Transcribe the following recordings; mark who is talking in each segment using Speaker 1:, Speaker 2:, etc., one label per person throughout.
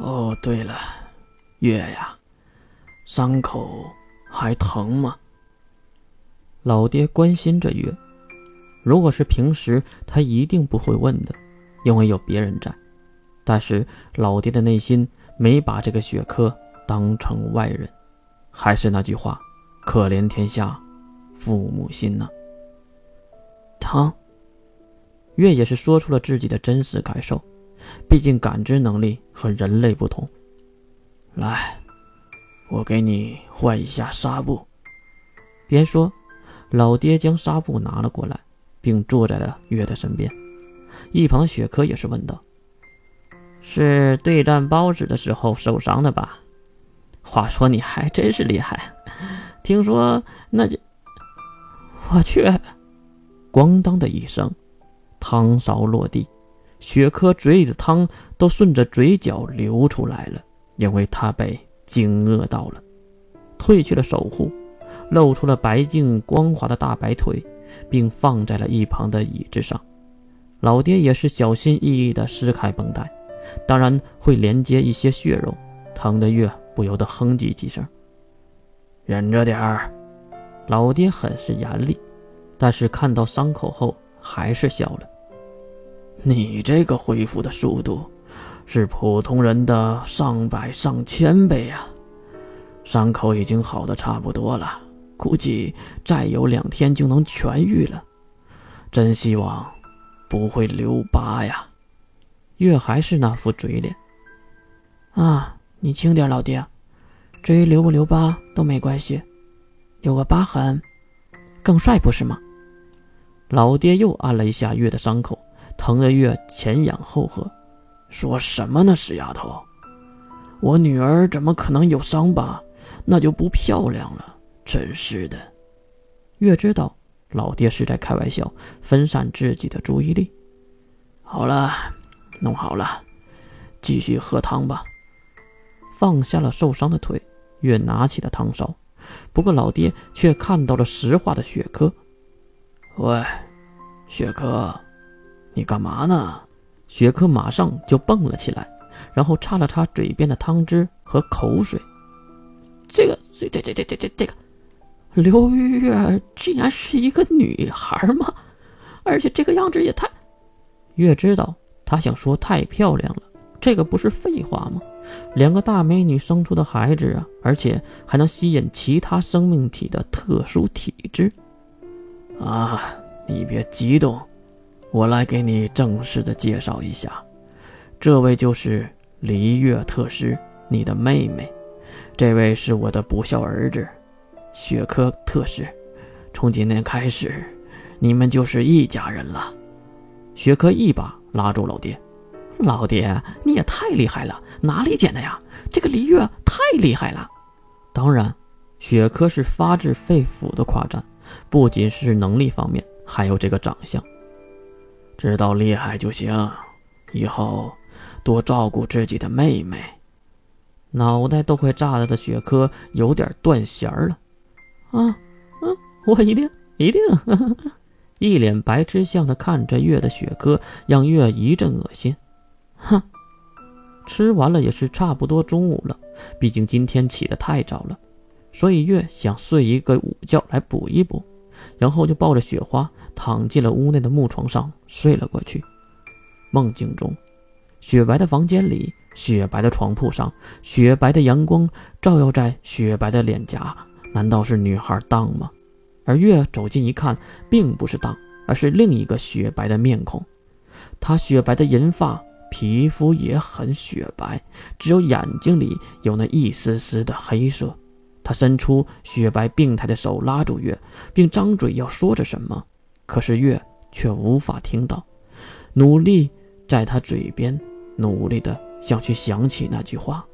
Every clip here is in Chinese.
Speaker 1: 哦，对了，月呀，伤口还疼吗？
Speaker 2: 老爹关心着月，如果是平时他一定不会问的，因为有别人在。但是老爹的内心没把这个雪珂当成外人，还是那句话，可怜天下父母心呐。
Speaker 1: 疼。
Speaker 2: 月也是说出了自己的真实感受，毕竟感知能力和人类不同。
Speaker 1: 来，我给你换一下纱布。
Speaker 2: 边说，老爹将纱布拿了过来，并坐在了月的身边。一旁的雪珂也是问道：是对战包子的时候受伤的吧？话说你还真是厉害，听说那就……
Speaker 1: 我去！
Speaker 2: 咣当的一声，汤勺落地，雪珂嘴里的汤都顺着嘴角流出来了，因为他被惊愕到了。褪去了守护，露出了白净光滑的大白腿，并放在了一旁的椅子上。老爹也是小心翼翼地撕开绷带，当然会连接一些血肉，疼得月不由得哼唧几声。
Speaker 1: 忍着点儿。
Speaker 2: 老爹很是严厉，但是看到伤口后还是笑了。
Speaker 1: 你这个恢复的速度是普通人的上百上千倍啊！伤口已经好的差不多了，估计再有2天就能痊愈了。真希望不会留疤呀。
Speaker 2: 月还是那副嘴脸。
Speaker 1: 啊，你轻点，老爹，至于留不留疤都没关系，有个疤痕更帅不是吗？
Speaker 2: 老爹又按了一下月的伤口，疼得月前仰后合。
Speaker 1: 说什么呢，死丫头，我女儿怎么可能有伤疤？那就不漂亮了，真是的。
Speaker 2: 月知道老爹是在开玩笑，分散自己的注意力。
Speaker 1: 好了，弄好了，继续喝汤吧。
Speaker 2: 放下了受伤的腿，月拿起了汤勺，不过老爹却看到了石化的雪珂。
Speaker 1: 喂，雪珂，你干嘛呢？
Speaker 2: 雪珂马上就蹦了起来，然后擦了擦嘴边的汤汁和口水。
Speaker 1: 这个刘月竟然是一个女孩吗？而且这个样子也太……
Speaker 2: 月知道他想说太漂亮了，这个不是废话吗？2个大美女生出的孩子啊，而且还能吸引其他生命体的特殊体质。
Speaker 1: 啊，你别激动，我来给你正式的介绍一下，这位就是黎月特师，你的妹妹。这位是我的不孝儿子，雪珂特师。从今天开始，你们就是一家人了。
Speaker 2: 雪珂一把拉住老爹。
Speaker 1: 老爹，你也太厉害了，哪里捡的呀？这个黎月太厉害了。
Speaker 2: 当然，雪珂是发自肺腑的夸赞，不仅是能力方面，还有这个长相。
Speaker 1: 知道厉害就行，以后多照顾自己的妹妹。
Speaker 2: 脑袋都快炸了的雪珂有点断弦了。我一定一脸白痴相的看着月的雪珂，让月一阵恶心。
Speaker 1: 哼，
Speaker 2: 吃完了也是差不多中午了，毕竟今天起得太早了，所以月想睡一个午觉来补一补，然后就抱着雪花躺进了屋内的木床上睡了过去。梦境中，雪白的房间里，雪白的床铺上，雪白的阳光照耀在雪白的脸颊，难道是女孩当吗？而月走近一看，并不是当，而是另一个雪白的面孔。她雪白的银发，皮肤也很雪白，只有眼睛里有那一丝丝的黑色。她伸出雪白病态的手拉住月，并张嘴要说着什么，可是月却无法听到，努力在她嘴边努力的想去想起那句话：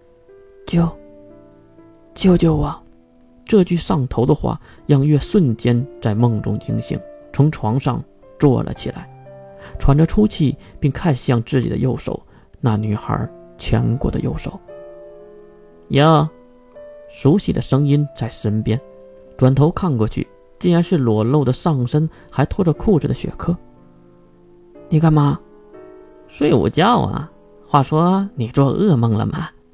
Speaker 1: 救救我。
Speaker 2: 这句上头的话让月瞬间在梦中惊醒，从床上坐了起来，喘着粗气，并看向自己的右手，那女孩牵过的右手。哟，熟悉的声音在身边，转头看过去，竟然是裸露的上身还脱着裤子的雪珂。
Speaker 1: 你干嘛？
Speaker 2: 睡午觉啊。话说你做噩梦了吗？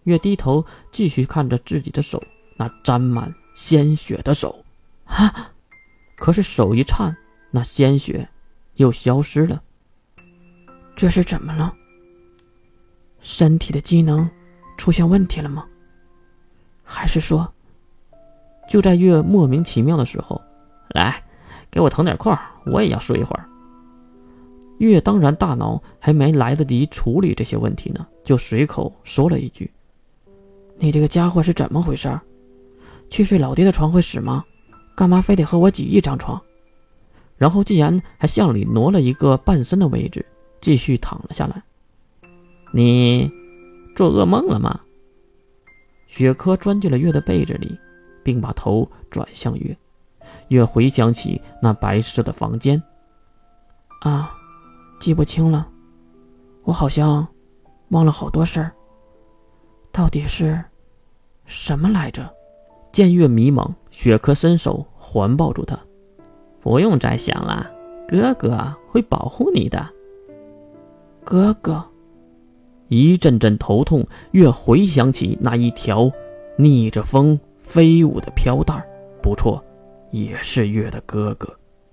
Speaker 2: 月低头继续看着自己的手，那沾满鲜血的手。啊！可是手一颤，那鲜血又消失了。
Speaker 1: 这是怎么了？身体的机能出现问题了吗？还是说……
Speaker 2: 就在月莫名其妙的时候，来，给我腾点空，我也要睡一会儿。月当然大脑还没来得及处理这些问题呢，就随口说了一句：“
Speaker 1: 你这个家伙是怎么回事？去睡老爹的床会死吗？干嘛非得和我挤一张床？”
Speaker 2: 然后竟然还向里挪了一个半身的位置，继续躺了下来。你做噩梦了吗？雪珂钻进了月的被子里，并把头转向月。月回想起那白色的房间，
Speaker 1: 啊，记不清了，我好像忘了好多事儿。到底是什么来着？
Speaker 2: 见月迷茫，雪珂伸手环抱住他。不用再想了，哥哥会保护你的。
Speaker 1: 哥哥。
Speaker 2: 一阵阵头痛，月回想起那一条逆着风飞舞的飘带，不错，也是月的哥哥。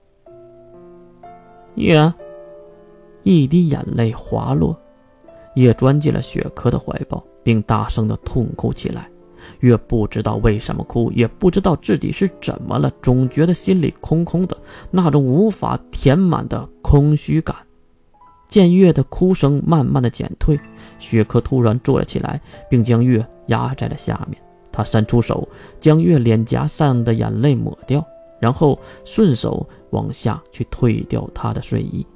Speaker 2: 月，一滴眼泪滑落，月钻进了雪珂的怀抱，并大声地痛哭起来。月不知道为什么哭，也不知道自己是怎么了，总觉得心里空空的，那种无法填满的空虚感。见月的哭声慢慢的减退，雪珂突然坐了起来，并将月压在了下面。他伸出手，将月脸颊上的眼泪抹掉，然后顺手往下去退掉她的睡衣。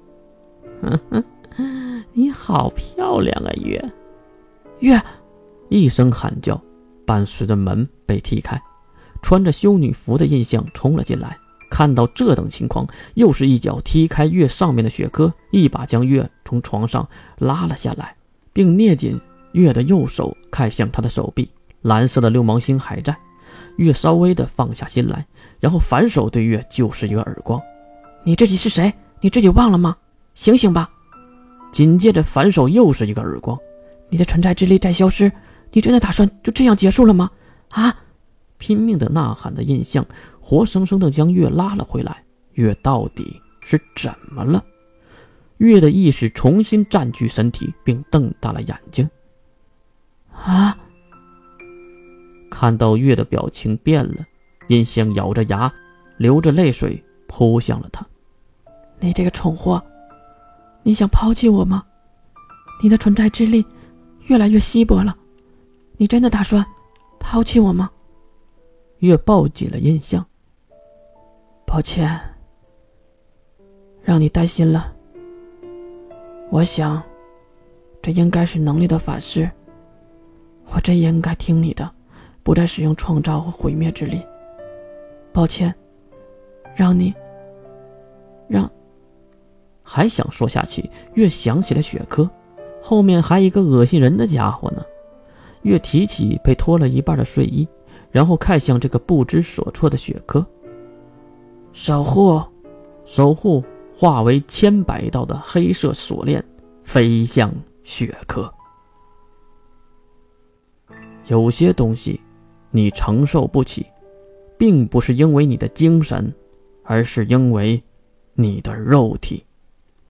Speaker 2: 你好漂亮啊，月！
Speaker 1: 月！
Speaker 2: 一声喊叫，伴随着门被踢开，穿着修女服的印象冲了进来。看到这等情况，又是一脚踢开月上面的雪珂，一把将月从床上拉了下来，并捏紧月的右手看向他的手臂。蓝色的流氓星还在，月稍微的放下心来，然后反手对月就是一个耳光。
Speaker 1: 你自己是谁？你自己忘了吗？醒醒吧！
Speaker 2: 紧接着反手又是一个耳光。
Speaker 1: 你的存在之力再消失，你真的打算就这样结束了吗？啊！
Speaker 2: 拼命的呐喊的印象活生生的将月拉了回来。月到底是怎么了？月的意识重新占据身体，并瞪大了眼睛。
Speaker 1: 啊！
Speaker 2: 看到月的表情变了，印象咬着牙，流着泪水扑向了他。
Speaker 1: 你这个蠢货，你想抛弃我吗？你的存在之力越来越稀薄了，你真的打算抛弃我吗？
Speaker 2: 月抱紧了印象。
Speaker 1: 抱歉，让你担心了。我想，这应该是能力的反噬。我真应该听你的，不再使用创造和毁灭之力。抱歉，让
Speaker 2: 还想说下去，月想起了雪珂，后面还一个恶心人的家伙呢。月提起被脱了一半的睡衣，然后看向这个不知所措的雪珂。
Speaker 1: 守护
Speaker 2: 化为千百道的黑色锁链，飞向雪珂。有些东西你承受不起，并不是因为你的精神，而是因为你的肉体。